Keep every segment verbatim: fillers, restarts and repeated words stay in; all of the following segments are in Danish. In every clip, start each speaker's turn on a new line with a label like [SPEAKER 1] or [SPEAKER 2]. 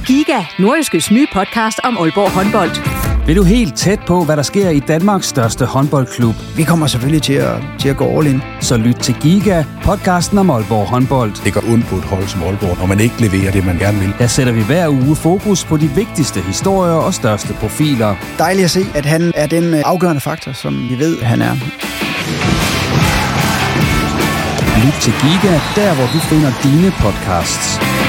[SPEAKER 1] Giga, Nordjyskes nye podcast om Aalborg håndbold.
[SPEAKER 2] Vil du helt tæt på, hvad der sker i Danmarks største håndboldklub?
[SPEAKER 3] Vi kommer selvfølgelig til at, til at gå all in.
[SPEAKER 2] Så lyt til Giga, podcasten om Aalborg håndbold.
[SPEAKER 4] Det går ondt på et hold som Aalborg, når man ikke leverer det, man gerne vil.
[SPEAKER 2] Der sætter vi hver uge fokus på de vigtigste historier og største profiler.
[SPEAKER 3] Dejligt at se, at han er den afgørende faktor, som vi ved, han er.
[SPEAKER 2] Lyt til Giga, der hvor du finder dine podcasts.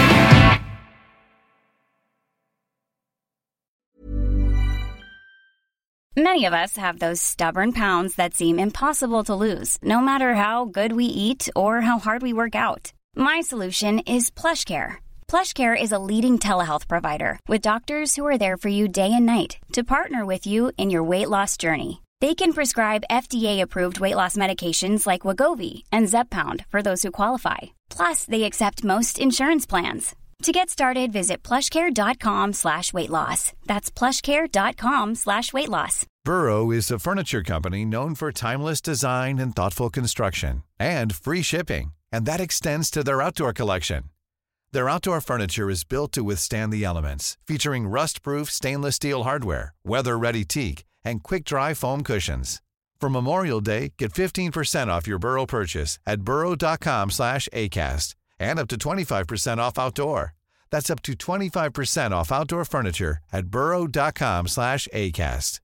[SPEAKER 5] Many of us have those stubborn pounds that seem impossible to lose, no matter how good we eat or how hard we work out. My solution is PlushCare. PlushCare is a leading telehealth provider with doctors who are there for you day and night to partner with you in your weight loss journey. They can prescribe F D A-approved weight loss medications like Wegovy and Zepbound for those who qualify. Plus, they accept most insurance plans. To get started, visit plushcare.com slash weight loss. That's plushcare.com slash weight loss.
[SPEAKER 6] Burrow is a furniture company known for timeless design and thoughtful construction and free shipping, and that extends to their outdoor collection. Their outdoor furniture is built to withstand the elements, featuring rust-proof stainless steel hardware, weather-ready teak, and quick-dry foam cushions. For Memorial Day, get fifteen percent off your Burrow purchase at burrow.com slash ACAST and up to twenty-five percent off outdoor. That's up to twenty-five percent off outdoor furniture at burrow.com slash ACAST.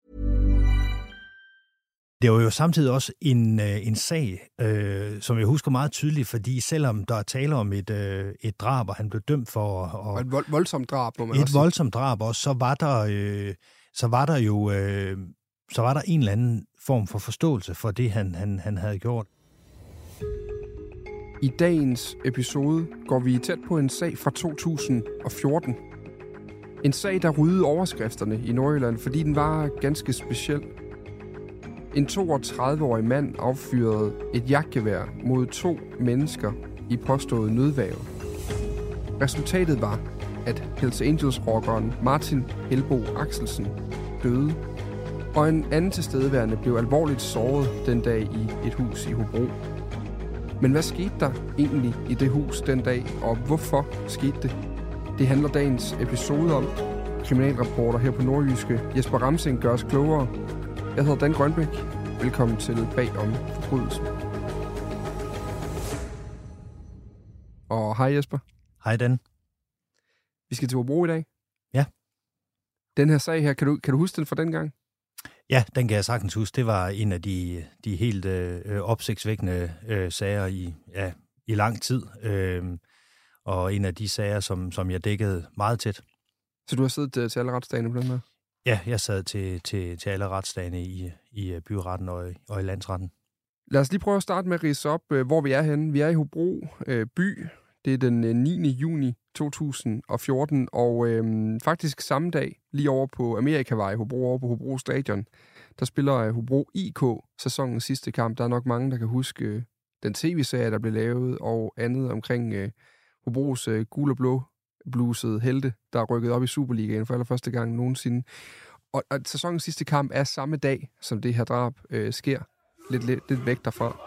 [SPEAKER 7] Det var jo samtidig også en, en sag, øh, som jeg husker meget tydeligt, fordi selvom der er tale om et, øh, et drab, og han blev dømt for... Og,
[SPEAKER 8] og et vold, voldsomt drab, må man
[SPEAKER 7] et
[SPEAKER 8] også sige.
[SPEAKER 7] voldsomt drab også, så var der, øh, så var der jo øh, så var der en eller anden form for forståelse for det, han, han, han havde gjort.
[SPEAKER 8] I dagens episode går vi tæt på en sag fra to tusind og fjorten. En sag, der ryddede overskrifterne i Nordjylland, fordi den var ganske speciel. En toogtredive-årig mand affyrede et jagtgevær mod to mennesker i påstået nødværge. Resultatet var, at Hells Angels-rockeren Martin Helbo Axelsen døde, og en anden tilstedeværende blev alvorligt såret den dag i et hus i Hobro. Men hvad skete der egentlig i det hus den dag, og hvorfor skete det? Det handler dagens episode om. Kriminalreporter her på Nordjyske, Jesper Ramsing, gør os klogere. Jeg hedder Dan Grønbæk. Velkommen til Bagom Forbrydelsen. Og hej Jesper.
[SPEAKER 7] Hej Dan.
[SPEAKER 8] Vi skal til Hobro i dag.
[SPEAKER 7] Ja.
[SPEAKER 8] Den her sag her, kan du, kan du huske den fra dengang?
[SPEAKER 7] Ja, den kan jeg sagtens huske. Det var en af de, de helt øh, opsigtsvækkende øh, sager i, ja, i lang tid. Øh, og en af de sager, som, som jeg dækkede meget tæt.
[SPEAKER 8] Så du har siddet øh, til alle retsdagene på den her?
[SPEAKER 7] Ja, jeg sad til, til, til alle retsdagene i, i byretten og, og i landsretten.
[SPEAKER 8] Lad os lige prøve at starte med at ridse op, øh, hvor vi er henne. Vi er i Hobro øh, by. Det er den øh, niende juni to tusind og fjorten, og øh, faktisk samme dag, lige over på Amerikavej, Hobro, over på Hobro Stadion, der spiller øh, Hobro I K sæsonens sidste kamp. Der er nok mange, der kan huske øh, den tv-serie, der blev lavet, og andet omkring øh, Hobros øh, gul og blå blusede helte, der er rykket op i Superligaen for allerførste gang nogensinde. Og, og sæsonens sidste kamp er samme dag, som det her drab øh, sker. Lidt, lidt, lidt væk derfra.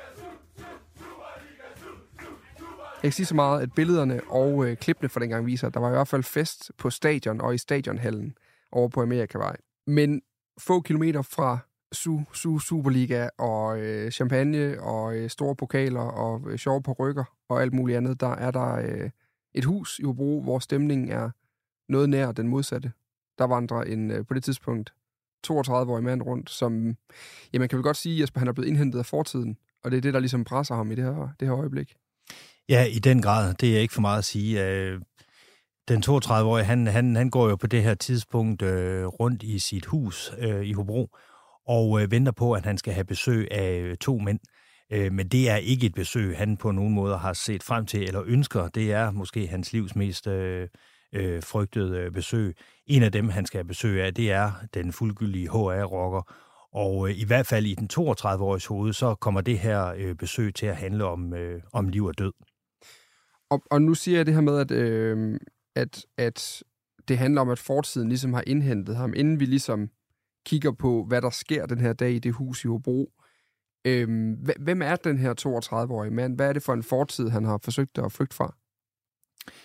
[SPEAKER 8] Jeg kan sige så meget, at billederne og øh, klippene fra dengang viser, at der var i hvert fald fest på stadion og i stadionhallen over på Amerikavej. Men få kilometer fra Su, Su, Superliga og øh, champagne og øh, store pokaler og øh, sjove rykker og alt muligt andet, der er der øh, et hus i Hobro, hvor stemningen er noget nær den modsatte. Der vandrer en øh, på det tidspunkt toogtredive-årig mand rundt, som, ja, man kan vel godt sige, at Jesper, han er blevet indhentet af fortiden, og det er det, der ligesom presser ham i det her, det her øjeblik.
[SPEAKER 7] Ja, i den grad. Det er ikke for meget at sige. Den toogtredive-årige, han, han, han går jo på det her tidspunkt øh, rundt i sit hus øh, i Hobro, og øh, venter på, at han skal have besøg af to mænd. Øh, men det er ikke et besøg, han på nogen måde har set frem til eller ønsker. Det er måske hans livs mest øh, øh, frygtede øh, besøg. En af dem, han skal have besøg af, det er den fuldgyldige H R-rocker. Og øh, i hvert fald i den toogtredive-åriges hoved, så kommer det her øh, besøg til at handle om, øh, om liv og død.
[SPEAKER 8] Og, og nu siger jeg det her med, at, øh, at, at det handler om, at fortiden ligesom har indhentet ham, inden vi ligesom kigger på, hvad der sker den her dag i det hus i Hobro. Øh, hvem er den her toogtredive-årige mand? Hvad er det for en fortid, han har forsøgt at flygte fra?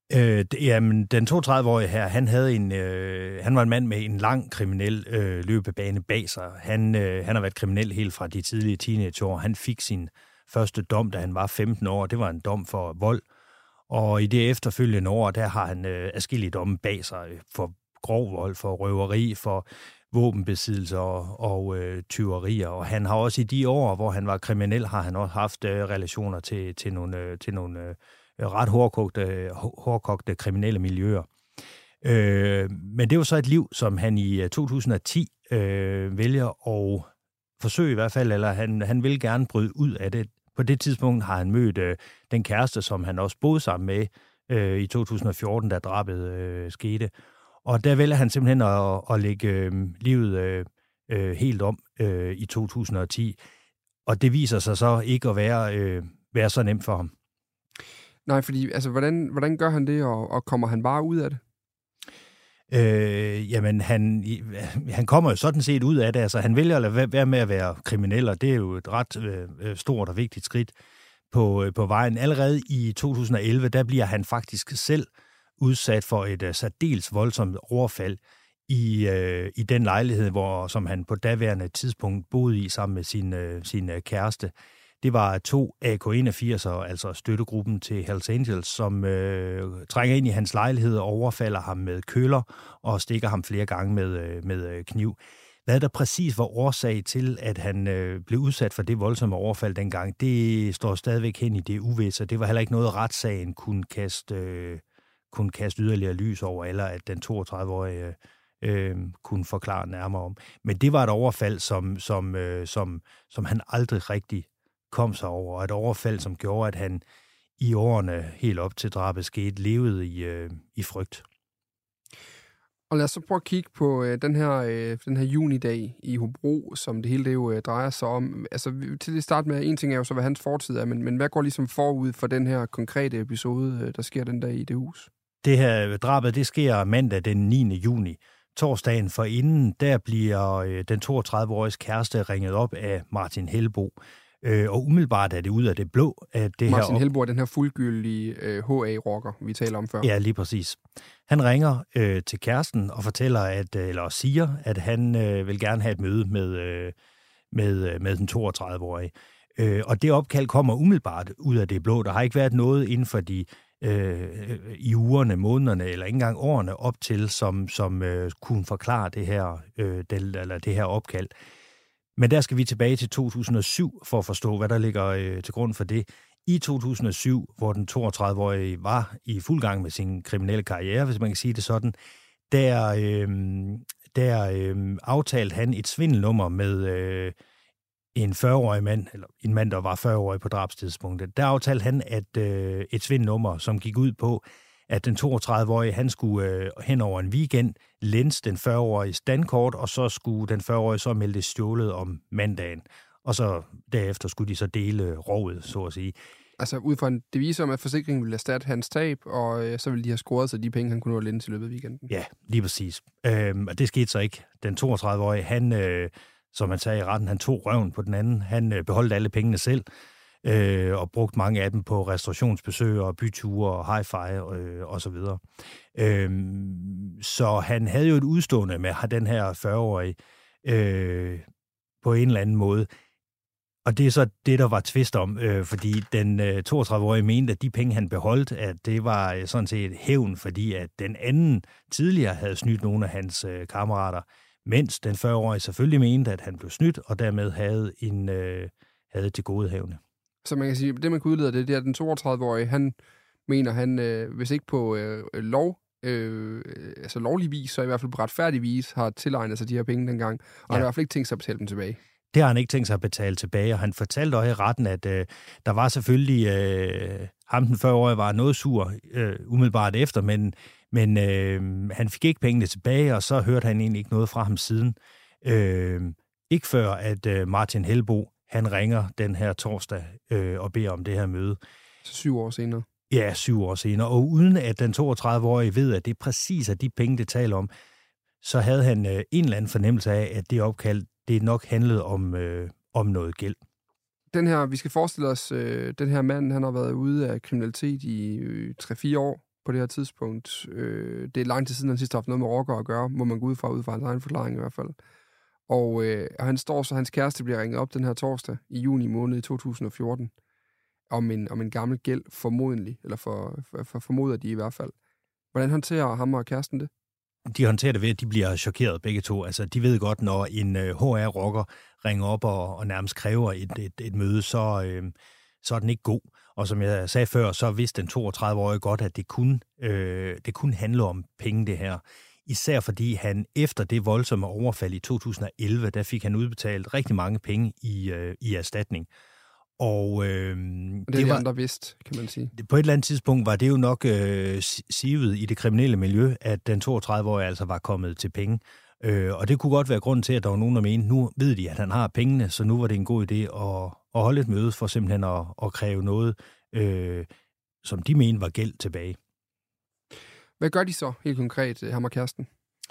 [SPEAKER 7] Øh, det, jamen, den toogtredive-årige her, han havde en, øh, han var en mand med en lang kriminel øh, løbebane bag sig. Han, øh, han har været kriminel helt fra de tidlige teenageår. Han fik sin første dom, da han var femten år. Det var en dom for vold. Og i det efterfølgende år, der har han øh, adskillige domme bag sig for grov vold, for røveri, for våbenbesiddelse og, og øh, tyverier. Og han har også i de år, hvor han var kriminel, har han også haft øh, relationer til, til nogle, øh, til nogle øh, ret hårdkogte, hårdkogte kriminelle miljøer. Øh, men det var så et liv, som han i to tusind og ti øh, vælger at forsøge i hvert fald, eller han, han vil gerne bryde ud af det. På det tidspunkt har han mødt øh, den kæreste, som han også boede sammen med øh, i to tusind og fjorten, da drabet øh, skete. Og der vælger han simpelthen at, at lægge øh, livet øh, øh, helt om øh, i to tusind og ti. Og det viser sig så ikke at være, øh, være så nemt for ham.
[SPEAKER 8] Nej, fordi altså, hvordan, hvordan gør han det, og, og kommer han bare ud af det?
[SPEAKER 7] Øh, jamen, han, han kommer jo sådan set ud af det. Altså, han vælger at lade være med at være kriminel, og det er jo et ret øh, stort og vigtigt skridt på, på vejen. Allerede i to tusind og elleve, der bliver han faktisk selv udsat for et uh, særdeles voldsomt overfald i, uh, i den lejlighed, hvor, som han på daværende tidspunkt boede i sammen med sin, uh, sin uh, kæreste. Det var to A K enogfirs'ere, altså støttegruppen til Hells Angels, som øh, trænger ind i hans lejlighed og overfalder ham med køller og stikker ham flere gange med, øh, med kniv. Hvad der præcis var årsag til, at han øh, blev udsat for det voldsomme overfald dengang, det står stadigvæk hen i det uvisse. Det var heller ikke noget, retssagen kunne kaste, øh, kunne kaste yderligere lys over, eller at den toogtredive-årige øh, kunne forklare nærmere om. Men det var et overfald, som, som, øh, som, som han aldrig rigtig kom sig over. Et overfald, som gjorde, at han i årene helt op til drabet skete, levede i, øh, i frygt.
[SPEAKER 8] Og lad os så prøve at kigge på øh, den her, øh, den her junidag i Hobro, som det hele det jo øh, drejer sig om. Altså til det start med, en ting er jo så, hvad hans fortid er, men, men hvad går ligesom forud for den her konkrete episode, øh, der sker den dag i det hus? Det
[SPEAKER 7] her drabet, det sker mandag den niende juni. Torsdagen forinden, der bliver øh, den toogtredive-årige kæreste ringet op af Martin Hellbo. Øh, og umiddelbart er det ud af det blå. At det
[SPEAKER 8] Martin
[SPEAKER 7] her op...
[SPEAKER 8] Hellbo er den her fuldgyldige øh, H A-rocker, vi taler om før.
[SPEAKER 7] Ja, lige præcis. Han ringer øh, til kæresten og fortæller, at, eller siger, at han øh, vil gerne have et møde med, øh, med, med den toogtredive-årige. Øh, og det opkald kommer umiddelbart ud af det blå. Der har ikke været noget inden for de øh, i ugerne, månederne eller ikke engang årene op til, som, som øh, kunne forklare det her, øh, det, eller det her opkald. Men der skal vi tilbage til to tusind og syv for at forstå, hvad der ligger øh, til grund for det. I to tusind og syv, hvor den toogtredive-årige var i fuld gang med sin kriminelle karriere, hvis man kan sige det sådan, der, øh, der øh, aftalte han et svindelnummer med øh, en fyrre-årig mand, eller en mand, der var fyrre-årig på drabstidspunktet. Der aftalte han at øh, et svindelnummer, som gik ud på, at den toogtredive-årige, han skulle øh, hen over en weekend lænse den fyrre-årige standkort, og så skulle den fyrre-årige så melde det stjålet om mandagen. Og så derefter skulle de så dele rovet, så at sige.
[SPEAKER 8] Altså ud fra en devise om, at forsikringen ville erstatte hans tab, og øh, så ville de have scoret sig de penge, han kunne nå at lænse i løbet af weekenden.
[SPEAKER 7] Ja, lige præcis. Øhm, og det skete så ikke. Den toogtredive-årige, han, øh, som man sagde i retten, han tog røven på den anden. Han øh, beholdt alle pengene selv. Øh, og brugt mange af dem på restaurationsbesøg og byture og hi-fi øh, og så videre. Øh, så han havde jo et udstående med den her fyrre-årige øh, på en eller anden måde. Og det er så det, der var tvist om, øh, fordi den øh, toogtredive-årige mente, at de penge, han beholdt, at det var øh, sådan set hævn, fordi at den anden tidligere havde snydt nogle af hans øh, kammerater, mens den fyrre-årige selvfølgelig mente, at han blev snydt, og dermed havde en øh, havde til godehavende.
[SPEAKER 8] Så man kan sige, det man kan udlede det, det er, at den toogtredive-årige, han mener, han, øh, hvis ikke på øh, lov, øh, altså lovlig vis, så i hvert fald på retfærdig vis, har tilegnet sig de her penge dengang, og ja. Han har i hvert fald ikke tænkt sig at betale dem tilbage.
[SPEAKER 7] Det har han ikke tænkt sig at betale tilbage, og han fortalte også i retten, at øh, der var selvfølgelig, øh, ham den fyrre-årige var noget sur øh, umiddelbart efter, men, men øh, han fik ikke pengene tilbage, og så hørte han egentlig ikke noget fra ham siden. Øh, ikke før, at øh, Martin Hellbo, han ringer den her torsdag øh, og beder om det her møde.
[SPEAKER 8] Så syv år senere?
[SPEAKER 7] Ja, syv år senere. Og uden at den toogtredive-årige ved, at det præcis er de penge, det taler om, så havde han øh, en eller anden fornemmelse af, at det opkald, det nok handlede om, øh, om noget gæld.
[SPEAKER 8] Den her, vi skal forestille os, øh, den her mand, han har været ude af kriminalitet i øh, tre fire år. på det her tidspunkt. Øh, det er lang tid siden, han sidst har haft noget med rockere at gøre, må man gå ud fra, ud fra hans egen forklaring i hvert fald. Og øh, han står så, hans kæreste bliver ringet op den her torsdag i juni måned i to tusind og fjorten, om en, om en gammel gæld, formodentlig, eller for, for, for formoder de i hvert fald. Hvordan håndterer ham og kæresten det?
[SPEAKER 7] De håndterer det ved, at de bliver chokeret begge to. Altså, de ved godt, når en H R-rocker ringer op og, og nærmest kræver et, et, et møde, så, øh, så er den ikke god. Og som jeg sagde før, så vidste den toogtredive-årige godt, at det kunne, øh, det kunne handle om penge, det her. Især fordi han efter det voldsomme overfald i to tusind og elleve, der fik han udbetalt rigtig mange penge i, øh, i erstatning. Og øh,
[SPEAKER 8] det, det var andre vidst, kan man sige.
[SPEAKER 7] På et eller andet tidspunkt var det jo nok øh, sivet i det kriminelle miljø, at den toogtredive-årige altså var kommet til penge. Øh, og det kunne godt være grunden til, at der var nogen, der mente, nu ved de, at han har pengene, så nu var det en god idé at, at holde et møde for simpelthen at, at kræve noget, øh, som de mente var gæld tilbage.
[SPEAKER 8] Hvad gør de så helt konkret, ham og kæresten?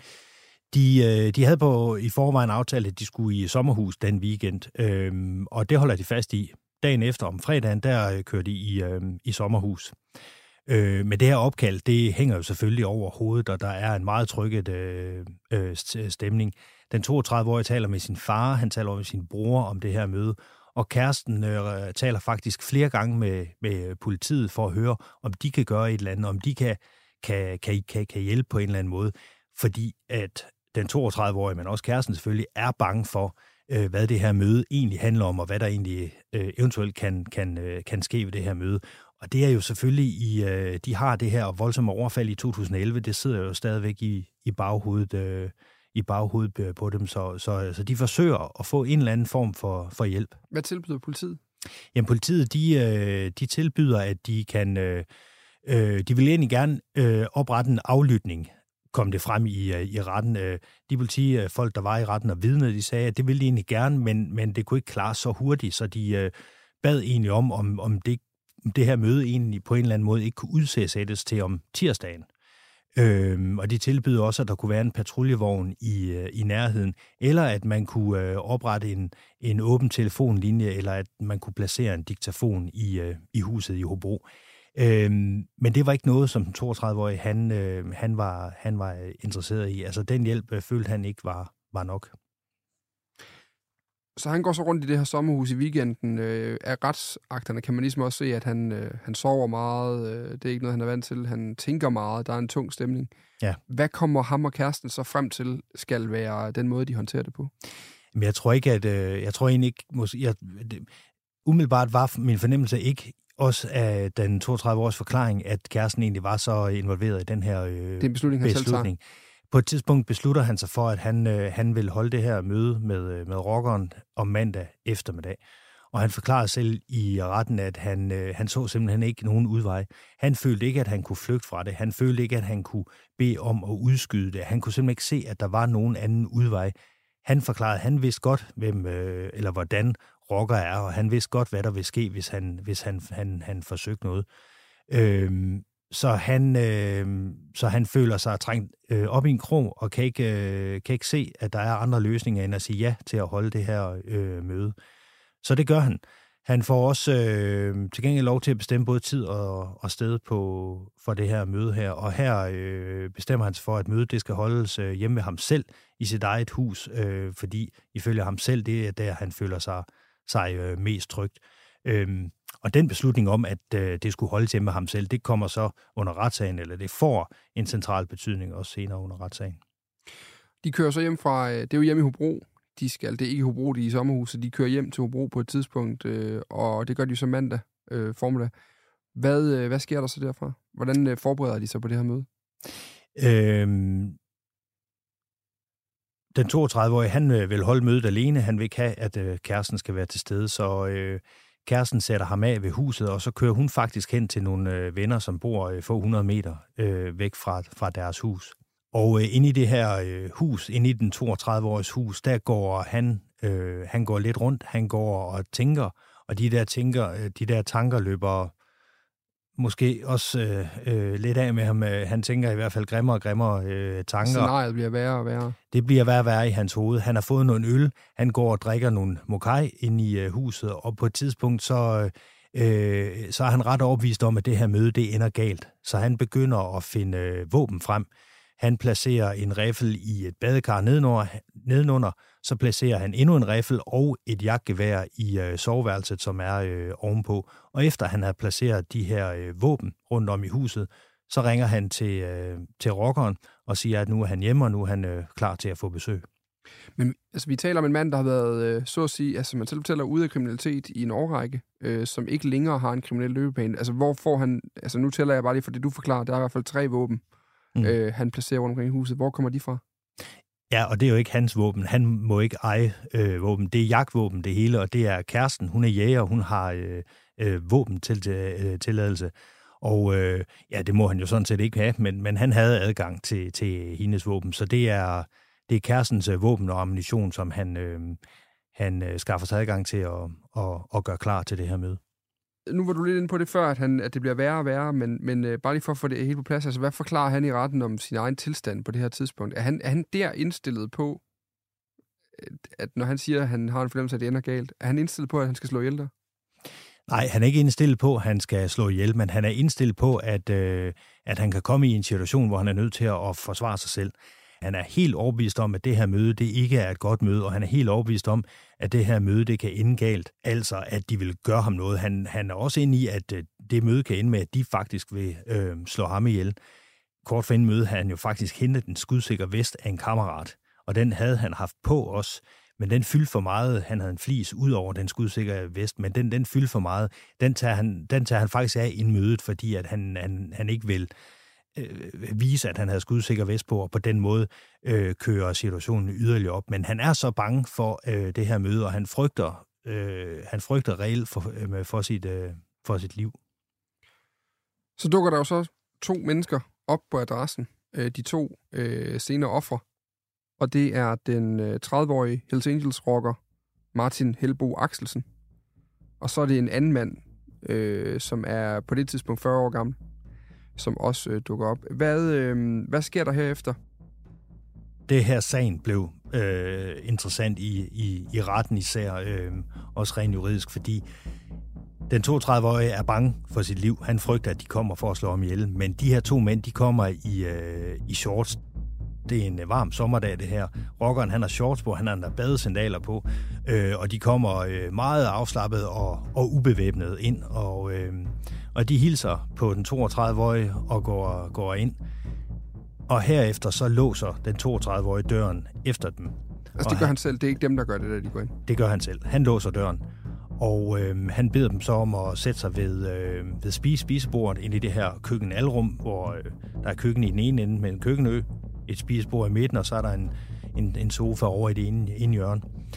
[SPEAKER 7] De, de havde på i forvejen aftalt, at de skulle i sommerhus den weekend, øh, og det holder de fast i. Dagen efter, om fredagen, der kører de i, øh, i sommerhus. Øh, men det her opkald, det hænger jo selvfølgelig over hovedet, og der er en meget trykket øh, øh, stemning. Den toogtredive-årige taler med sin far, han taler med sin bror om det her møde, og kæresten øh, taler faktisk flere gange med, med politiet for at høre, om de kan gøre et eller andet, om de kan, kan, kan, kan, kan hjælpe på en eller anden måde. Fordi at den toogtredive-årige, men også kæresten selvfølgelig, er bange for, øh, hvad det her møde egentlig handler om, og hvad der egentlig øh, eventuelt kan, kan, øh, kan ske ved det her møde. Og det er jo selvfølgelig, i, øh, de har det her voldsomme overfald i to tusind og elleve, det sidder jo stadigvæk i, i baghovedet, øh, i baghovedet på dem, så, så, så de forsøger at få en eller anden form for, for hjælp.
[SPEAKER 8] Hvad tilbyder politiet?
[SPEAKER 7] Jamen politiet, de, øh, de tilbyder, at de kan, øh, øh, de vil egentlig gerne øh, oprette en aflytning, kom det frem i, i retten. De politifolk, der var i retten og vidnede, de sagde, at det ville de egentlig gerne, men, men det kunne ikke klare så hurtigt, så de øh, bad egentlig om, om, om det, det her møde egentlig på en eller anden måde ikke kunne udsættes til om tirsdagen. Øhm, og de tilbyder også, at der kunne være en patruljevogn i, øh, i nærheden, eller at man kunne øh, oprette en, en åben telefonlinje, eller at man kunne placere en diktafon i, øh, i huset i Hobro. Øhm, men det var ikke noget, som den toogtredive-årige han, øh, han, var, han var interesseret i. Altså den hjælp øh, følte han ikke var, var nok.
[SPEAKER 8] Så han går så rundt i det her sommerhus i weekenden. Øh, af retsakterne kan man ligesom også se, at han, øh, han sover meget. Øh, det er ikke noget, han er vant til. Han tænker meget. Der er en tung stemning.
[SPEAKER 7] Ja.
[SPEAKER 8] Hvad kommer ham og kæresten så frem til, skal være den måde, de håndterer det på?
[SPEAKER 7] Men jeg tror ikke, at... Øh, jeg tror egentlig ikke... Måske, jeg, det, umiddelbart var min fornemmelse ikke også af den toogtredive-års forklaring, at kæresten egentlig var så involveret i den her øh,
[SPEAKER 8] det er en beslutning, han
[SPEAKER 7] beslutning. Selv tager. På et tidspunkt beslutter han sig for, at han, øh, han vil holde det her møde med, med rockeren om mandag eftermiddag. Og han forklarer selv i retten, at han, øh, han så simpelthen ikke nogen udvej. Han følte ikke, at han kunne flygte fra det. Han følte ikke, at han kunne bede om at udskyde det. Han kunne simpelthen ikke se, at der var nogen anden udvej. Han forklarede, at han vidste godt, hvem øh, eller hvordan rocker er, og han vidste godt, hvad der vil ske, hvis han, hvis han, han, han forsøgte noget. Øhm, så, han, øh, så han føler sig trængt øh, op i en krog, og kan ikke, øh, kan ikke se, at der er andre løsninger, end at sige ja til at holde det her øh, møde. Så det gør han. Han får også øh, til gengæld lov til at bestemme både tid og, og sted på, for det her møde her. Og her øh, bestemmer han sig for, at mødet det skal holdes øh, hjemme ved ham selv i sit eget hus, øh, fordi ifølge ham selv, det er der, han føler sig, sig øh, mest trygt. Øhm, og den beslutning om, at øh, det skulle holdes hjemme med ham selv, det kommer så under retssagen, eller det får en central betydning også senere under retssagen.
[SPEAKER 8] De kører så hjem fra, det er jo hjemme i Hobro, de skal, det er ikke i Hobro, de er i sommerhuset, de kører hjem til Hobro på et tidspunkt, øh, og det gør de så mandag øh, formiddag. Hvad, øh, hvad sker der så derfra? Hvordan øh, forbereder de sig på det her møde?
[SPEAKER 7] Øhm, den toogtredive-årige, han øh, vil holde mødet alene, han vil ikke have, at øh, kæresten skal være til stede, så øh, kæresten sætter ham af ved huset, og så kører hun faktisk hen til nogle øh, venner, som bor øh, få hundrede meter øh, væk fra, fra deres hus. Og øh, inde i det her øh, hus, inde i den toogtredive-åriges hus, der går han, øh, han går lidt rundt, han går og tænker, og de der, tænker, øh, de der tanker løber måske også øh, øh, lidt af med ham. Han tænker i hvert fald grimmere og grimmere øh, tanker.
[SPEAKER 8] Scenariet bliver værre og værre.
[SPEAKER 7] Det bliver værre og værre i hans hoved. Han har fået nogle øl, han går og drikker nogle mokai inde i øh, huset, og på et tidspunkt så øh, øh, så er han ret overbevist om, at det her møde, det ender galt. Så han begynder at finde øh, våben frem. Han placerer en riffel i et badekar nedenunder, nedenunder, så placerer han endnu en riffel og et jagtgevær i øh, soveværelset, som er øh, ovenpå. Og efter han har placeret de her øh, våben rundt om i huset, så ringer han til, øh, til rockeren og siger, at nu er han hjemme, og nu er han øh, klar til at få besøg.
[SPEAKER 8] Men altså, vi taler om en mand, der har været, øh, så at sige, altså man selv fortæller, ude af kriminalitet i en årrække, øh, som ikke længere har en kriminel løbebane. Altså, hvor får han, altså nu tæller jeg bare lige for det, du forklarer, der er i hvert fald tre våben, mm. øh, han placerer rundt omkring i huset. Hvor kommer de fra? Ja,
[SPEAKER 7] og det er jo ikke hans våben. Han må ikke eje øh, våben. Det er jagtvåben, det hele, og det er kæresten. Hun er jæger, hun har øh, øh, våben til, til øh, tilladelse. Og øh, ja, det må han jo sådan set ikke have, men, men han havde adgang til, til hendes våben, så det er, det er kærestens øh, våben og ammunition, som han, øh, han øh, skaffer sig adgang til at, at, at gøre klar til det her møde.
[SPEAKER 8] Nu var du lidt inde på det før, at, han, at det bliver værre og værre, men, men øh, bare lige for at få det helt på plads, altså hvad forklarer han i retten om sin egen tilstand på det her tidspunkt? Er han, er han der indstillet på, at når han siger, at han har en fornemmelse af, at det ender galt, er han indstillet på, at han skal slå ihjel der?
[SPEAKER 7] Nej, han er ikke indstillet på, at han skal slå ihjel, men han er indstillet på, at, øh, at han kan komme i en situation, hvor han er nødt til at, at forsvare sig selv. Han er helt overbevist om, at det her møde, det ikke er et godt møde, og han er helt overbevist om, at det her møde, det kan ende galt, altså at de vil gøre ham noget. Han, han er også inde i, at øh, det møde kan ende med, at de faktisk vil øh, slå ham ihjel. Kort for inden møde havde han jo faktisk hentet en skudsikker vest af en kammerat, og den havde han haft på også. Men den fyldte for meget. Han havde en flis ud over den skudsikre vest, men den, den fyldte for meget. Den tager, han, den tager han faktisk af i mødet, fordi at han, han, han ikke vil øh, vise, at han havde skudsikker vest på, og på den måde øh, kører situationen yderligere op. Men han er så bange for øh, det her møde, og han frygter, øh, han frygter reelt for, øh, for, sit, øh, for sit liv.
[SPEAKER 8] Så dukker der jo så to mennesker op på adressen. Øh, de to øh, senere ofre. Og det er den tredive-årige Hells Angels-rocker Martin Helbo Axelsen. Og så er det en anden mand, øh, som er på det tidspunkt fyrre år gammel, som også øh, dukker op. Hvad, øh, hvad sker der herefter?
[SPEAKER 7] Det her sagen blev øh, interessant i, i, i retten især, øh, også rent juridisk, fordi den toogtredive-årige er bange for sit liv. Han frygter, at de kommer for at slå ham ihjel. Men de her to mænd, de kommer i, øh, i shorts. Det er en varm sommerdag, det her. Rockeren, han har shorts på, han har badesandaler på, øh, og de kommer øh, meget afslappet og, og ubevæbnet ind, og, øh, og de hilser på den toogtredive-årige og går, går ind. Og herefter så låser den toogtredive-årige døren efter dem.
[SPEAKER 8] Altså det gør han, han selv, det er ikke dem, der gør det, da de går ind?
[SPEAKER 7] Det gør han selv. Han låser døren. Og øh, han beder dem så om at sætte sig ved, øh, ved spise, spisebordet ind i det her køkkenalrum, hvor øh, der er køkken i den ene ende med en køkkenø, et spisebord i midten, og så er der en, en, en sofa over i det ene, ene hjørne.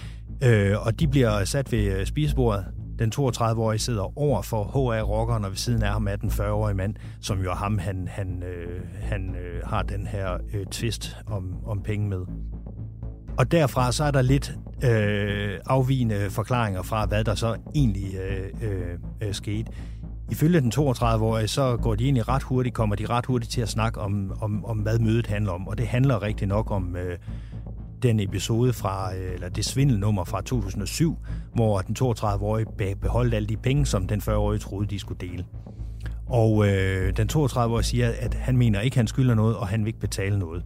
[SPEAKER 7] Øh, og de bliver sat ved spisebordet. Den toogtredive-årige sidder over for H A-rockeren, og ved siden af ham er den fyrre-årige mand, som jo er ham, han, han, øh, han øh, har den her øh, twist om, om penge med. Og derfra så er der lidt øh, afvigende forklaringer fra, hvad der så egentlig øh, øh, øh, skete. Ifølge den toogtredive-årige, så går de egentlig ret hurtigt, kommer de ret hurtigt til at snakke om, om, om hvad mødet handler om. Og det handler rigtig nok om øh, den episode fra, øh, eller det svindelnummer fra to tusind og syv, hvor den toogtredive-årige beholdt alle de penge, som den fyrre-årige troede, de skulle dele. Og øh, den toogtredive-årige siger, at han mener ikke, han skylder noget, og han vil ikke betale noget.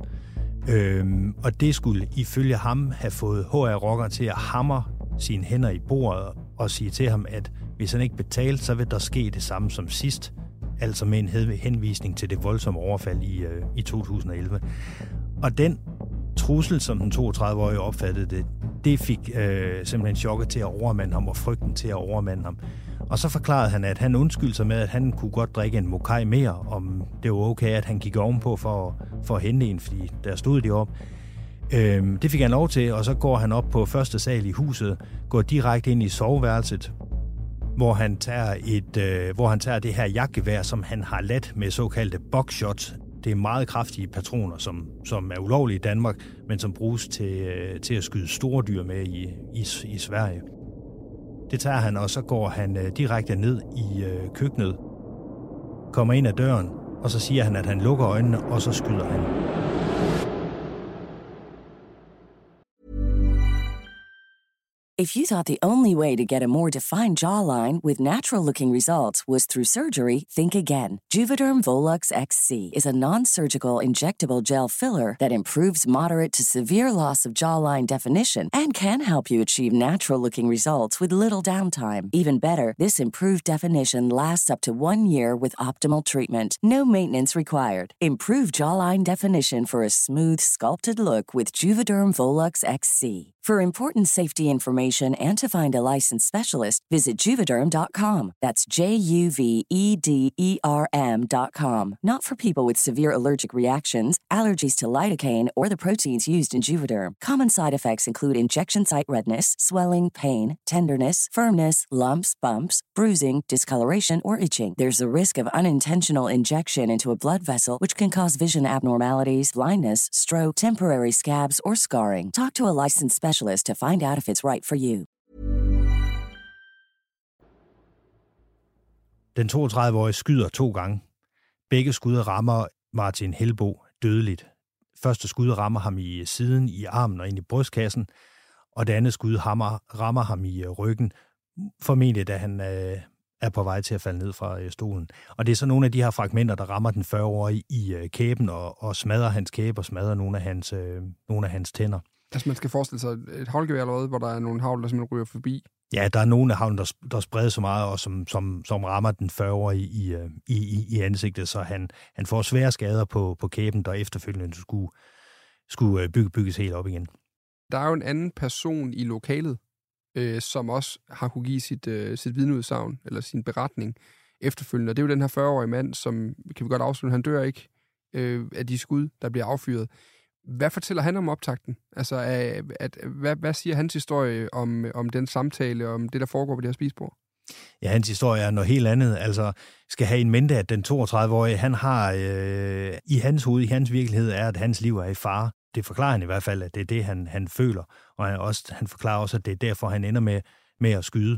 [SPEAKER 7] Øhm, og det skulle ifølge ham have fået H A-rockeren til at hamre sine hænder i bordet og sige til ham, at hvis han ikke betaler, så vil der ske det samme som sidst, altså med en henvisning til det voldsomme overfald i, øh, i to tusind og elleve. Og den trussel, som den toogtredive-årige opfattede det, det fik øh, simpelthen chokket til at overmande ham og frygten til at overmande ham. Og så forklarede han, at han undskyldte sig med, at han kunne godt drikke en mokai mere, om det var okay, at han gik ovenpå for, for at hente en, fordi der stod de op. Øhm, det fik han lov til, og så går han op på første sal i huset, går direkte ind i soveværelset, hvor han tager, et, øh, hvor han tager det her jagtgevær, som han har ladt med såkaldte buckshots. Det er meget kraftige patroner, som, som er ulovlige i Danmark, men som bruges til, øh, til at skyde store dyr med i, i, i Sverige. Det tager han, og så går han øh, direkte ned i øh, køkkenet, kommer ind ad døren, og så siger han, at han lukker øjnene, og så skyder han.
[SPEAKER 9] If you thought the only way to get a more defined jawline with natural-looking results was through surgery, think again. Juvederm Volux X C is a non-surgical injectable gel filler that improves moderate to severe loss of jawline definition and can help you achieve natural-looking results with little downtime. Even better, this improved definition lasts up to one year with optimal treatment. No maintenance required. Improve jawline definition for a smooth, sculpted look with Juvederm Volux X C. For important safety information and to find a licensed specialist, visit Juvederm dot com. That's J U V E D E R M dot com. Not for people with severe allergic reactions, allergies to lidocaine, or the proteins used in Juvederm. Common side effects include injection site redness, swelling, pain, tenderness, firmness, lumps, bumps, bruising, discoloration, or itching. There's a risk of unintentional injection into a blood vessel, which can cause vision abnormalities, blindness, stroke, temporary scabs, or scarring. Talk to a licensed specialist to find out if it's right for you.
[SPEAKER 7] Den toogtredive-årige skyder to gange. Begge skud rammer Martin Helbo dødeligt. Første skud rammer ham i siden, i armen og ind i brystkassen, og det andet skud rammer, rammer ham i ryggen, formentlig da han øh, er på vej til at falde ned fra øh, stolen. Og det er så nogle af de her fragmenter, der rammer den fyrre-årige i øh, kæben og, og smadrer hans kæbe og smadrer nogle af hans, øh, nogle af hans tænder.
[SPEAKER 8] Altså man skal forestille sig et haglgevær allerede, hvor der er nogle hagl, der simpelthen ryger forbi.
[SPEAKER 7] Ja, der er nogle af havlen, der, der spreder så meget, og som, som, som rammer den fyrre-årige i, i, i, i ansigtet, så han, han får svære skader på, på kæben, der efterfølgende skulle, skulle bygge, bygges helt op igen.
[SPEAKER 8] Der er jo en anden person i lokalet, øh, som også har kunne give sit, øh, sit vidneudsagn, eller sin beretning efterfølgende. Og det er jo den her fyrre-årige mand, som, kan vi godt afsløre, han dør ikke øh, af de skud, der bliver affyret. Hvad fortæller han om optakten? Altså, at, at, hvad, hvad siger hans historie om, om den samtale, om det, der foregår på det her spisebord?
[SPEAKER 7] Ja, hans historie er noget helt andet. Altså, skal have en mente, at den toogtredive-årige, han har øh, i hans hoved, i hans virkelighed, er, at hans liv er i fare. Det forklarer han i hvert fald, at det er det, han, han føler. Og han, også, han forklarer også, at det er derfor, han ender med, med at skyde.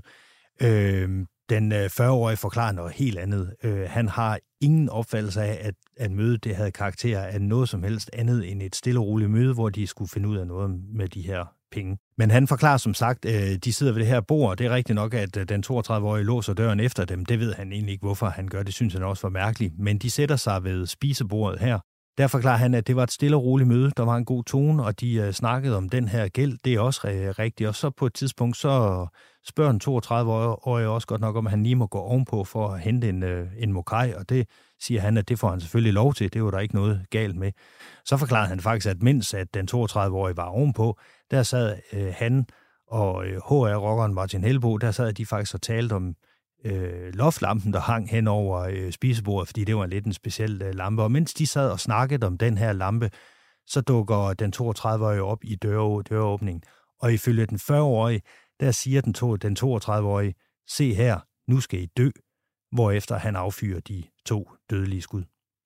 [SPEAKER 7] Øh, Den fyrre-årige forklarer noget helt andet. Øh, han har ingen opfattelse af, at, at mødet det havde karakter af noget som helst andet end et stille og roligt møde, hvor de skulle finde ud af noget med de her penge. Men han forklarer som sagt, øh, de sidder ved det her bord. Det er rigtigt nok, at den toogtredive-årige låser døren efter dem. Det ved han egentlig ikke, hvorfor han gør. Det synes han også var mærkeligt. Men de sætter sig ved spisebordet her. Der forklarer han, at det var et stille og roligt møde. Der var en god tone, og de uh, snakkede om den her gæld. Det er også uh, rigtigt. Og så på et tidspunkt, så spørger den toogtredive-årige også godt nok, om han lige må gå ovenpå for at hente en, uh, en mokai, og det siger han, at det får han selvfølgelig lov til. Det var der ikke noget galt med. Så forklarede han faktisk, at mens at den toogtredive-årige var ovenpå, der sad uh, han og uh, H R-rockeren Martin Helbo, der sad de faktisk og talte om Øh, loftlampen, der hang hen over øh, spisebordet, fordi det var lidt en speciel øh, lampe. Og mens de sad og snakkede om den her lampe, så dukker den toogtredive-årige op i dør, døråbningen. Og ifølge den fyrre-årige, der siger den, to, den toogtredive-årige, se her, nu skal I dø, hvorefter han affyrer de to dødelige skud.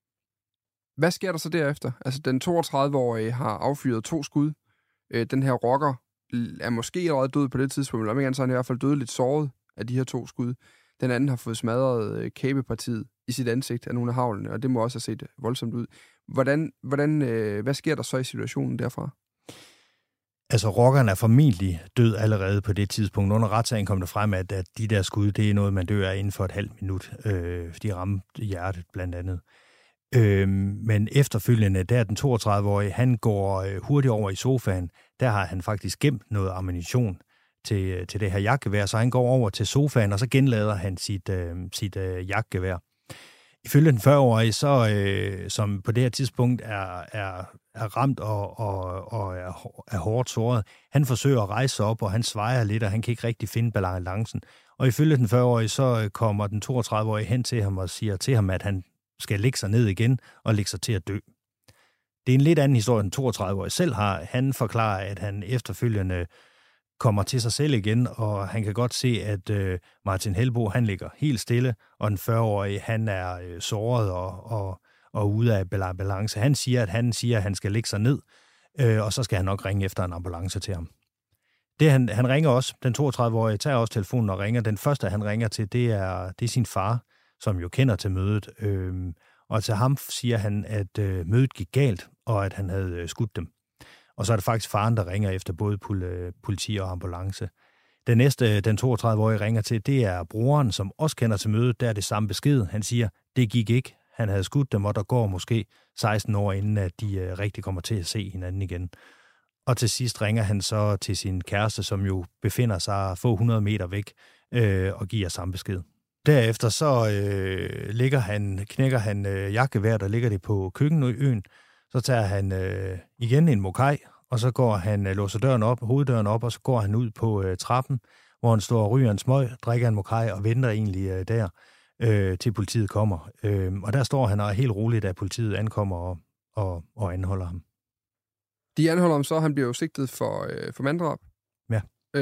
[SPEAKER 8] Hvad sker der så derefter? Altså, den toogtredive-årige har affyret to skud. Øh, den her rocker er måske allerede død på det tidspunkt, men om ikke andet, så er han i hvert fald dødeligt såret af de her to skud. Den anden har fået smadret kæbepartiet i sit ansigt af nogle af haglene, og det må også have set voldsomt ud. Hvordan, hvordan, øh, hvad sker der så i situationen derfra?
[SPEAKER 7] Altså, rockeren er formentlig død allerede på det tidspunkt. Under retssagen kom det frem, at, at de der skud, det er noget, man dør af inden for et halvt minut. Øh, de ramte hjertet blandt andet. Øh, men efterfølgende, der den toogtredive-årige, han går hurtigt over i sofaen. Der har han faktisk gemt noget ammunition til, til det her jagtgevær, så han går over til sofaen, og så genlader han sit, øh, sit øh, jagtgevær. Ifølge den fyrre-årige, så, øh, som på det her tidspunkt er, er, er ramt og, og, og er, er hårdt såret, han forsøger at rejse op, og han svejer lidt, og han kan ikke rigtig finde balancen. Og ifølge den fyrre-årige, så kommer den toogtredive-årige hen til ham og siger til ham, at han skal lægge sig ned igen og lægge sig til at dø. Det er en lidt anden historie, den toogtredive-årige selv har. Han forklarer, at han efterfølgende kommer til sig selv igen, og han kan godt se, at øh, Martin Helbo, han ligger helt stille, og den fyrre-årige, han er øh, såret og, og, og ude af balance. Han siger, at han siger, at han skal lægge sig ned, øh, og så skal han nok ringe efter en ambulance til ham. Det, han, han ringer også, den toogtredive-årige tager også telefonen og ringer. Den første, han ringer til, det er, det er sin far, som jo kender til mødet. Øh, og til ham siger han, at øh, mødet gik galt, og at han havde øh, skudt dem. Og så er det faktisk faren, der ringer efter både politi og ambulance. Den næste, den toogtredive-årige ringer til, det er broren, som også kender til mødet. Der er det samme besked. Han siger, det gik ikke. Han havde skudt dem, og der går måske seksten år, inden at de øh, rigtig kommer til at se hinanden igen. Og til sidst ringer han så til sin kæreste, som jo befinder sig få hundrede meter væk, øh, og giver samme besked. Derefter så øh, ligger han, knækker han øh, jakkevær, der ligger det på køkkenøen. Så tager han øh, igen en mokaj, og så går han, øh, låser døren op, hoveddøren op, og så går han ud på øh, trappen, hvor han står og ryger en smøg, drikker en mokaj og venter egentlig øh, der, øh, til politiet kommer. Øh, og der står han og er helt roligt, da politiet ankommer og, og, og anholder ham.
[SPEAKER 8] De anholder ham så, han bliver jo sigtet for, øh, for manddrab.
[SPEAKER 7] Ja.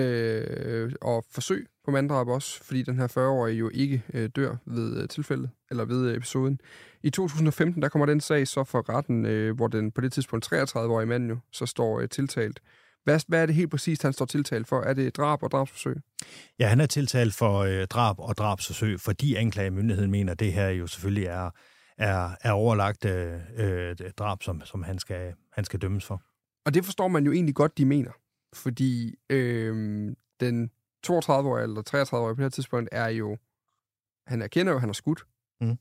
[SPEAKER 8] Øh, og forsøg på manddrab også, fordi den her fyrre-årige jo ikke øh, dør ved øh, tilfældet, eller ved øh, episoden. I to tusind og femten, der kommer den sag så for retten, øh, hvor den på det tidspunkt treogtredive-årige mand jo så står øh, tiltalt. Hvad, hvad er det helt præcist, han står tiltalt for? Er det drab og drabsforsøg?
[SPEAKER 7] Ja, han er tiltalt for øh, drab og drabsforsøg, fordi anklagemyndigheden mener, at det her jo selvfølgelig er, er, er overlagt øh, øh, drab, som, som han, skal, han skal dømmes for.
[SPEAKER 8] Og det forstår man jo egentlig godt, de mener. Fordi øh, den toogtredive-årige eller treogtredive-årige på det her tidspunkt er jo... Han erkender jo, at han har skudt. Mm.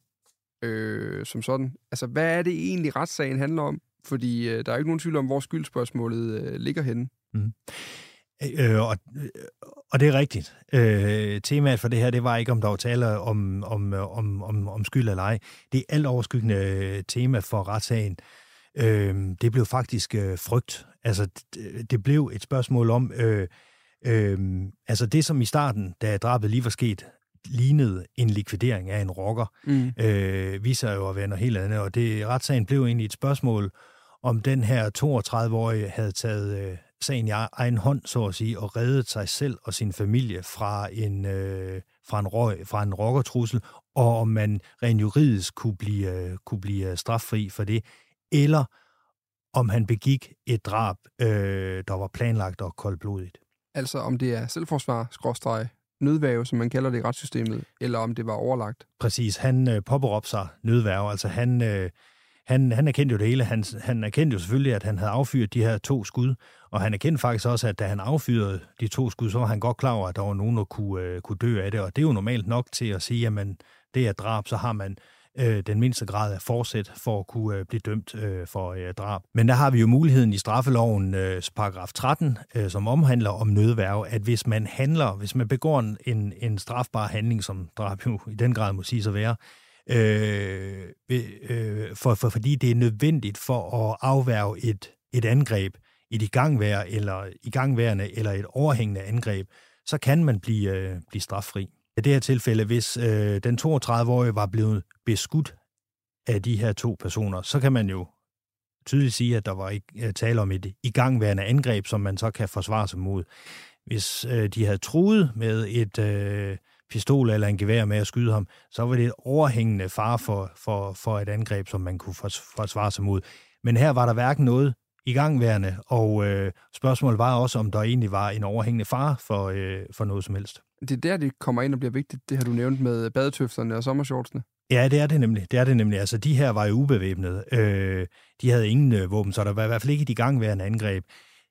[SPEAKER 8] Øh, som sådan. Altså, hvad er det egentlig, retssagen handler om? Fordi øh, der er jo ikke nogen tvivl om, hvor skyldspørgsmålet øh, ligger henne.
[SPEAKER 7] Mm. Øh, og, og det er rigtigt. Øh, temaet for det her, det var ikke, om der var tale om, om, om, om, om skyld eller ej. Det er alt overskyggende tema for retssagen. Øh, det blev faktisk øh, frygt. Altså, det, det blev et spørgsmål om... Øh, øh, altså, det som i starten, da drabet lige var sket, lignede en likvidering af en rocker, mm. øh, viser jo at være noget helt andet. Og det, retssagen blev egentlig et spørgsmål, om den her toogtredive-årige havde taget øh, sagen i egen hånd, så at sige, og reddet sig selv og sin familie fra en, øh, fra en, røg, fra en rockertrussel, og om man rent juridisk kunne blive, øh, kunne blive straffri for det, eller om han begik et drab, øh, der var planlagt og koldblodigt.
[SPEAKER 8] Altså om det er selvforsvar, skråstreg, nødværge, som man kalder det i retssystemet, eller om det var overlagt?
[SPEAKER 7] Præcis. Han øh, påberåbte sig nødværge. Altså han, øh, han, han erkendte jo det hele. Han, han erkendte jo selvfølgelig, at han havde affyret de her to skud, og han erkendte faktisk også, at da han affyrede de to skud, så var han godt klar over, at der var nogen, der kunne, øh, kunne dø af det. Og det er jo normalt nok til at sige, at man, det er drab, så har man øh, den mindste grad af forsæt for at kunne øh, blive dømt øh, for øh, drab. Men der har vi jo muligheden i straffeloven øh, paragraf tretten, øh, som omhandler om nødværge, at hvis man handler, hvis man begår en, en strafbar handling, som drab jo i den grad må sige sig være, øh, øh, for, for, fordi det er nødvendigt for at afværge et, et angreb, et igangværende eller, igangværende eller et overhængende angreb, så kan man blive, øh, blive straffri. I det her tilfælde, hvis øh, den toogtredive-årige var blevet beskudt af de her to personer, så kan man jo tydeligt sige, at der var ikke tale om et igangværende angreb, som man så kan forsvare sig mod. Hvis øh, de havde truet med et øh, pistol eller en gevær med at skyde ham, så var det et overhængende fare for, for, for et angreb, som man kunne forsvare sig mod. Men her var der hverken noget igangværende, og øh, spørgsmålet var også, om der egentlig var en overhængende fare for, øh, for noget som helst.
[SPEAKER 8] Det er der, det kommer ind og bliver vigtigt, det har du nævnt med badetøfterne og sommershortsene.
[SPEAKER 7] Ja, det er det nemlig. Det er det nemlig. Altså, de her var jo ubevæbnede. Øh, de havde ingen øh, våben, så der var i hvert fald ikke et igangværende angreb.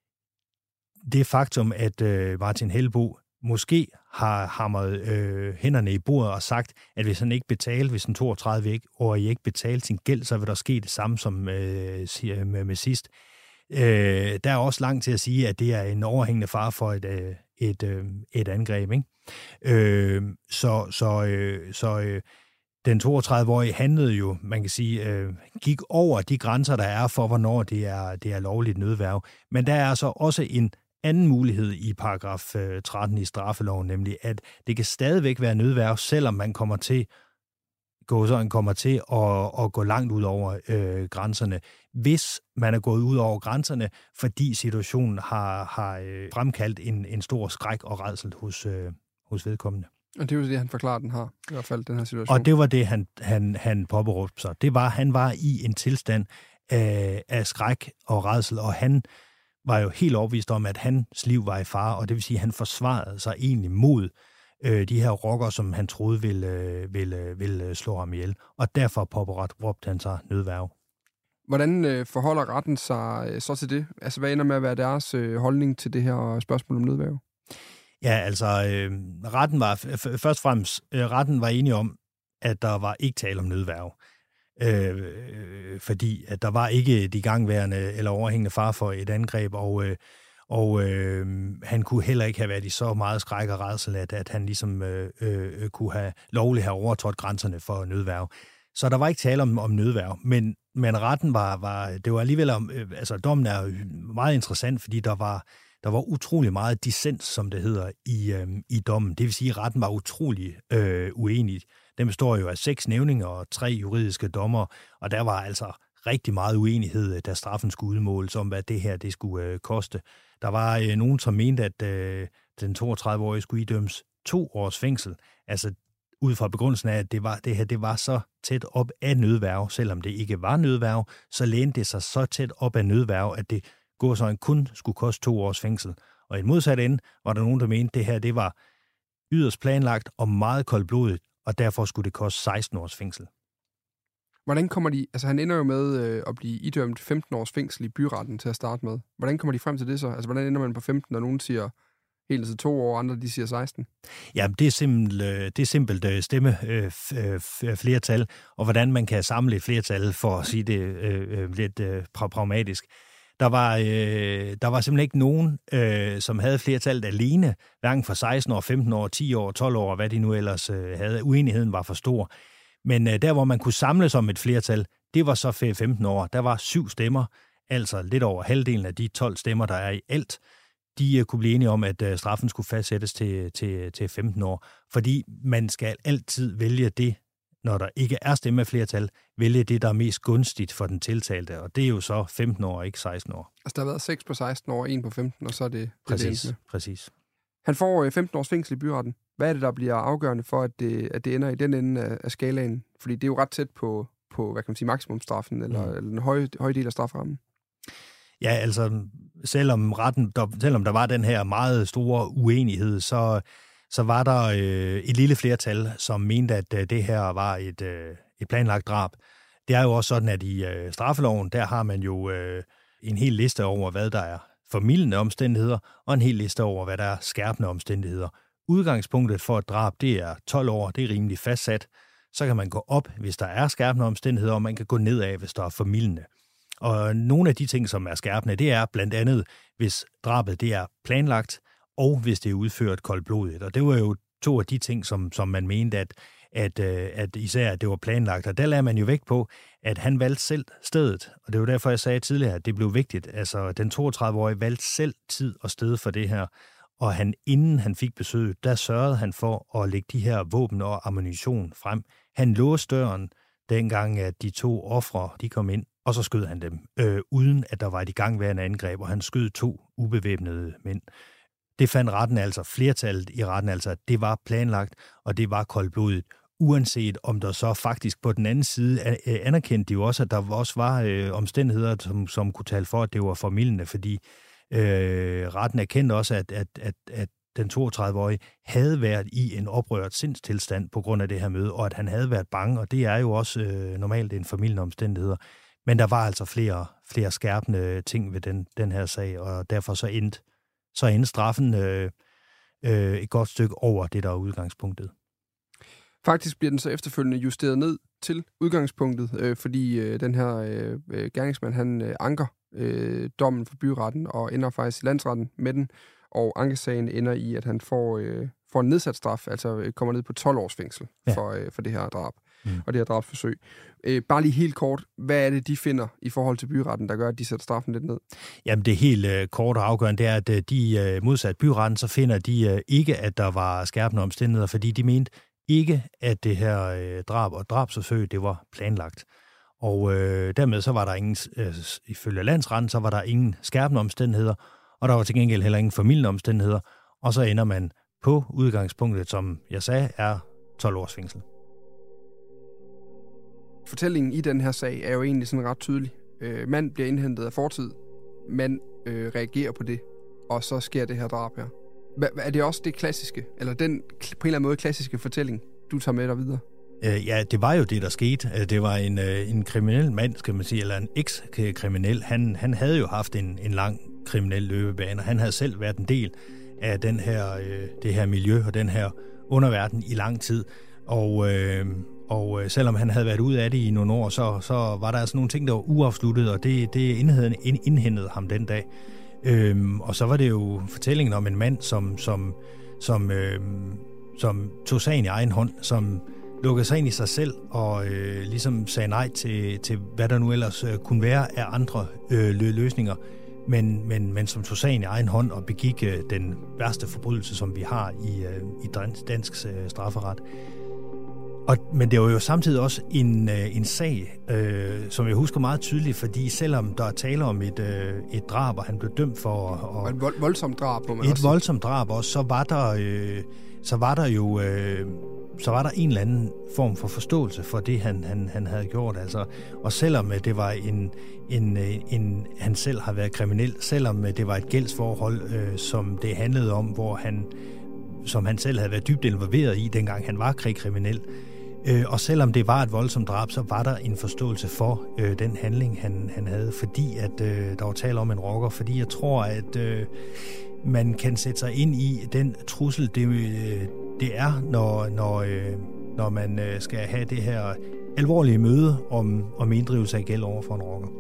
[SPEAKER 7] Det faktum, at øh, Martin Hellbo måske har hamret øh, hænderne i bordet og sagt, at hvis han ikke betalte, hvis en toogtredive-årig ikke betalte sin gæld, så vil der ske det samme som øh, med, med sidst. Øh, der er også langt til at sige, at det er en overhængende fare for et, øh, et, øh, et angreb, ikke? Øh, så så, øh, så øh, den toogtredive-årige handlede jo, man kan sige, øh, gik over de grænser, der er for, hvornår det er, det er lovligt nødværge. Men der er altså også en anden mulighed i paragraf øh, tretten i straffeloven, nemlig at det kan stadigvæk være nødværge, selvom man kommer til gå så kommer til at, at gå langt ud over øh, grænserne, hvis man er gået ud over grænserne, fordi situationen har, har øh, fremkaldt en, en stor skræk og rædsel hos, øh, hos vedkommende.
[SPEAKER 8] Og det er jo det, han forklarer, den har, i hvert fald den her situation.
[SPEAKER 7] Og det var det, han, han, han påberåbte sig. Det var, han var i en tilstand af, af skræk og rædsel, og han var jo helt overbevist om, at hans liv var i fare, og det vil sige, at han forsvarede sig egentlig mod øh, de her rocker, som han troede ville, øh, ville, ville slå ham ihjel. Og derfor påberåbte han sig nødværge.
[SPEAKER 8] Hvordan øh, forholder retten sig øh, så til det? Altså, hvad ender med at være deres øh, holdning til det her spørgsmål om nødværge?
[SPEAKER 7] Ja, altså, øh, retten var, f- først og fremmest, øh, retten var enig om, at der var ikke tale om nødværge. Øh, fordi at der var ikke de gangværende eller overhængende far for et angreb, og, øh, og øh, han kunne heller ikke have været i så meget skræk og rædsel, at, at han ligesom øh, øh, kunne have lovligt have overtrådt grænserne for nødværge. Så der var ikke tale om, om nødværge, men, men retten var, var, det var alligevel, om, øh, altså dommen er meget interessant, fordi der var, der var utrolig meget dissens, som det hedder, i, øh, i dommen. Det vil sige, at retten var utrolig øh, uenig. Den består jo af seks nævninger og tre juridiske dommer, og der var altså rigtig meget uenighed, da straffen skulle udmåles om, hvad det her det skulle øh, koste. Der var øh, nogen, som mente, at øh, den toogtredive-årige skulle idømmes to års fængsel, altså ud fra begrundelsen af, at det, var, det her det var så tæt op af nødværge, selvom det ikke var nødværge, så lænede det sig så tæt op af nødværge, at det gåsøjne kun skulle koste to års fængsel. Og i modsat ende var der nogen, der mente, at det her det var yderst planlagt og meget koldblodigt, og derfor skulle det koste seksten års fængsel.
[SPEAKER 8] Hvordan kommer de, altså han ender jo med øh, at blive idømt femten års fængsel i byretten til at starte med. Hvordan kommer de frem til det så? Altså hvordan ender man på femten, og nogen siger helt til to år, og andre de siger seksten?
[SPEAKER 7] Ja, det er simpelt, det er simpelt stemme øh, flertal, og hvordan man kan samle et flertal for at sige det øh, lidt øh, pragmatisk. Der var, øh, der var simpelthen ikke nogen, øh, som havde flertallet alene, hverken for seksten år, femten år, ti år, tolv år, hvad de nu ellers øh, havde. Uenigheden var for stor. Men øh, der, hvor man kunne samles om et flertal, det var så femten år. Der var syv stemmer, altså lidt over halvdelen af de tolv stemmer, der er i alt. De øh, kunne blive enige om, at øh, straffen skulle fastsættes til, til, til femten år. Fordi man skal altid vælge det, når der ikke er stemmeflertal, vælge det, der er mest gunstigt for den tiltalte. Og det er jo så femten år, ikke seksten år.
[SPEAKER 8] Altså, der har været seks på seksten år, en på femten, og så er det
[SPEAKER 7] præcis,
[SPEAKER 8] det, det
[SPEAKER 7] præcis.
[SPEAKER 8] Han får femten års fængsel i byretten. Hvad er det, der bliver afgørende for, at det, at det ender i den ende af, af skalaen? Fordi det er jo ret tæt på, på hvad kan man sige, maksimumstraffen, eller, mm. eller en høj, høj del af straframmen.
[SPEAKER 7] Ja, altså, selvom, retten, der, selvom der var den her meget store uenighed, så... så var der øh, et lille flertal, som mente, at øh, det her var et, øh, et planlagt drab. Det er jo også sådan, at i øh, straffeloven, der har man jo øh, en hel liste over, hvad der er formildende omstændigheder, og en hel liste over, hvad der er skærpende omstændigheder. Udgangspunktet for et drab, det er tolv år, det er rimelig fastsat. Så kan man gå op, hvis der er skærpende omstændigheder, og man kan gå nedad, hvis der er formildende. Og nogle af de ting, som er skærpende, det er blandt andet, hvis drabet det er planlagt, og hvis det er udført koldblodigt. Og det var jo to af de ting, som, som man mente, at, at, at især at det var planlagt. Og der lagde man jo vægt på, at han valgte selv stedet. Og det var derfor, jeg sagde tidligere, at det blev vigtigt. Altså, den toogtredive-årige valgte selv tid og sted for det her. Og han, inden han fik besøget, der sørgede han for at lægge de her våben og ammunition frem. Han låste døren, dengang at de to ofre, de kom ind, og så skød han dem, øh, uden at der var et igangværende angreb, og han skød to ubevæbnede mænd. Det fandt retten altså, flertallet i retten altså, at det var planlagt, og det var koldblodigt, uanset om der så faktisk på den anden side anerkendte de jo også, at der også var øh, omstændigheder, som, som kunne tale for, at det var formildende, fordi øh, retten erkendte også, at, at, at, at den toogtredive-årige havde været i en oprørt sindstilstand på grund af det her møde, og at han havde været bange, og det er jo også øh, normalt en formildende omstændigheder. Men der var altså flere, flere skærpende ting ved den, den her sag, og derfor så endte så endte straffen øh, øh, et godt stykke over det, der er udgangspunktet.
[SPEAKER 8] Faktisk bliver den så efterfølgende justeret ned til udgangspunktet, øh, fordi øh, den her øh, gerningsmand, han øh, anker øh, dommen for byretten og ender faktisk i landsretten med den, og ankesagen ender i, at han får, øh, får en nedsat straf, altså øh, kommer ned på tolv års fængsel ja. for, øh, for det her drab mm. og det her drabsforsøg. Øh, bare lige helt kort, hvad er det, de finder i forhold til byretten, der gør, at de sætter straffen lidt ned?
[SPEAKER 7] Jamen det helt øh, kort og afgørende, det er, at øh, de øh, modsat byretten, så finder de øh, ikke, at der var skærpende omstændigheder, fordi de mente ikke, at det her øh, drab og drabsforsøg, det var planlagt. Og øh, dermed så var der ingen, øh, ifølge landsretten, så var der ingen skærpende omstændigheder, og der var til gengæld heller ingen formildende omstændigheder, og så ender man på udgangspunktet, som jeg sagde, er tolv års fængsel.
[SPEAKER 8] Fortællingen i den her sag er jo egentlig sådan ret tydelig. Øh, mand bliver indhentet af fortid, mand øh, reagerer på det, og så sker det her drab her. Hva, er det også det klassiske, eller den på en eller anden måde klassiske fortælling, du tager med dig videre?
[SPEAKER 7] Øh, ja, det var jo det, der skete. Det var en, øh, en kriminel mand, skal man sige, eller en eks-kriminel. Han, han havde jo haft en, en lang kriminel løbebane, og han havde selv været en del af den her, øh, det her miljø og den her underverden i lang tid. Og, øh, og selvom han havde været ude af det i nogle år, så, så var der altså nogle ting, der var uafsluttet, og det, det indhentede ham den dag. Øhm, og så var det jo fortællingen om en mand, som, som, som, øhm, som tog sagen i egen hånd, som lukkede sig ind i sig selv og øh, ligesom sagde nej til, til, hvad der nu ellers øh, kunne være af andre øh, løsninger, men, men, men som tog sagen i egen hånd og begik øh, den værste forbrydelse, som vi har i, øh, i dansk, dansk øh, strafferet. Og, men det var jo samtidig også en, øh, en sag, øh, som jeg husker meget tydeligt, fordi selvom der er tale om et, øh, et drab, og han blev dømt for... Og,
[SPEAKER 8] og et vold, voldsomt drab, må man
[SPEAKER 7] et
[SPEAKER 8] også.
[SPEAKER 7] Et voldsomt drab også, så var der, øh, så var der jo øh, så var der en eller anden form for forståelse for det, han, han, han havde gjort. Altså, og selvom det var en, en, en... Han selv har været kriminel, selvom det var et gældsforhold, øh, som det handlede om, hvor han... som han selv havde været dybt involveret i, dengang han var krigskriminel. Øh, og selvom det var et voldsomt drab, så var der en forståelse for øh, den handling, han, han havde, fordi at øh, der var tale om en rocker, fordi jeg tror, at øh, man kan sætte sig ind i den trussel, det, øh, det er, når, når, øh, når man øh, skal have det her alvorlige møde om, om inddrivelse af gæld over for en rocker.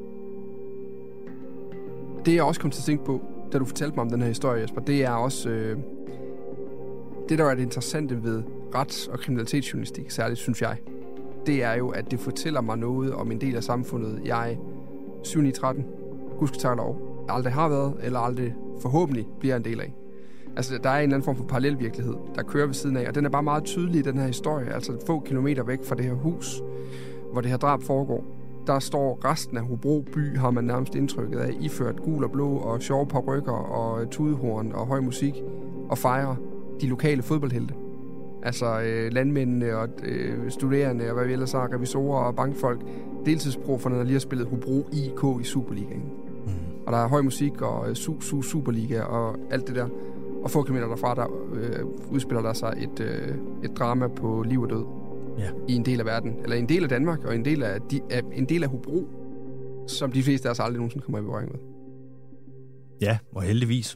[SPEAKER 8] Det jeg også kom til at tænke på, da du fortalte mig om den her historie, Jesper, det er også... Øh Det, der er det interessante ved rets- og kriminalitetsjournalistik, særligt synes jeg, det er jo, at det fortæller mig noget om en del af samfundet, jeg syv ni tretten, husk tak lov, aldrig har været, eller aldrig forhåbentlig bliver en del af. Altså, der er en eller anden form for parallelvirkelighed, der kører ved siden af, og den er bare meget tydelig i den her historie, altså få kilometer væk fra det her hus, hvor det her drab foregår. Der står resten af Hobro by, har man nærmest indtrykket af, iført gul og blå og sjove parykker og tudehorn og høj musik, og fejrer de lokale fodboldhelte. Altså øh, landmændene og øh, studerende og hvad vi ellers har, revisorer og bankfolk, deltidsproferne, der lige har spillet Hobro I K i Superligaen. Mm. Og der er høj musik og øh, su, su, Superliga og alt det der. Og få kilometer derfra, der øh, udspiller der sig et, øh, et drama på liv og død. Ja. I en del af verden, eller en del af Danmark, og en del af, de, af, en del af Hobro, som de fleste af os aldrig nogensinde kommer i berøring med.
[SPEAKER 7] Ja, og heldigvis.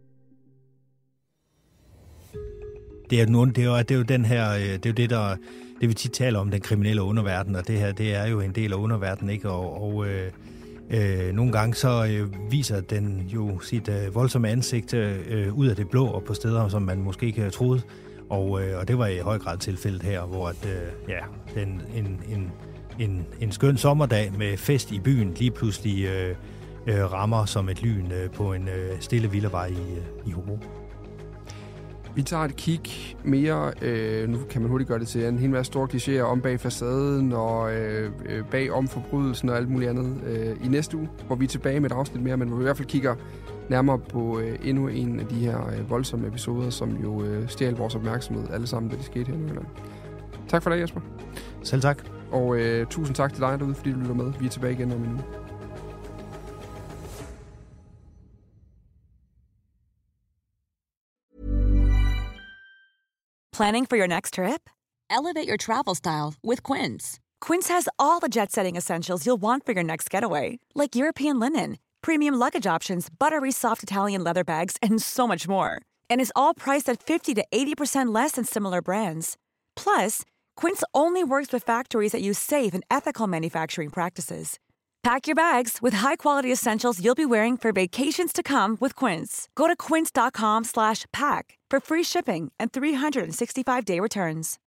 [SPEAKER 7] Det er, nu, det, er jo, det er jo den her, det er jo det, der, det vi tit taler om, den kriminelle underverden, og det her, det er jo en del af underverdenen, ikke? Og, og øh, øh, nogle gange så øh, viser den jo sit øh, voldsomme ansigt øh, ud af det blå, og på steder, som man måske ikke havde troet. Og, øh, og det var i høj grad tilfældet her, hvor at, øh, ja, den, en, en, en, en skøn sommerdag med fest i byen lige pludselig øh, øh, rammer som et lyn øh, på en øh, stille villavej i, øh, i Hobro.
[SPEAKER 8] Vi tager et kig mere, øh, nu kan man hurtigt gøre det til en hel masse store klichéer om bag facaden og øh, bag om forbrydelsen og alt muligt andet øh, i næste uge, hvor vi er tilbage med et afsnit mere, men hvor vi i hvert fald kigger nærmere på øh, endnu en af de her øh, voldsomme episoder, som jo øh, stjal vores opmærksomhed alle sammen, da det skete her i Nordjylland. Tak for det, Jesper.
[SPEAKER 7] Selv tak.
[SPEAKER 8] Og øh, tusind tak til dig derude, fordi du lytter med. Vi er tilbage igen om en uge.
[SPEAKER 10] Planning for your next trip? Elevate your travel style with Quince. Quince has all the jet-setting essentials you'll want for your next getaway, like European linen, premium luggage options, buttery soft Italian leather bags, and so much more. And is all priced at fifty to eighty percent less than similar brands. Plus, Quince only works with factories that use safe and ethical manufacturing practices. Pack your bags with high-quality essentials you'll be wearing for vacations to come with Quince. Go to quince.com slash pack for free shipping and three sixty-five day returns.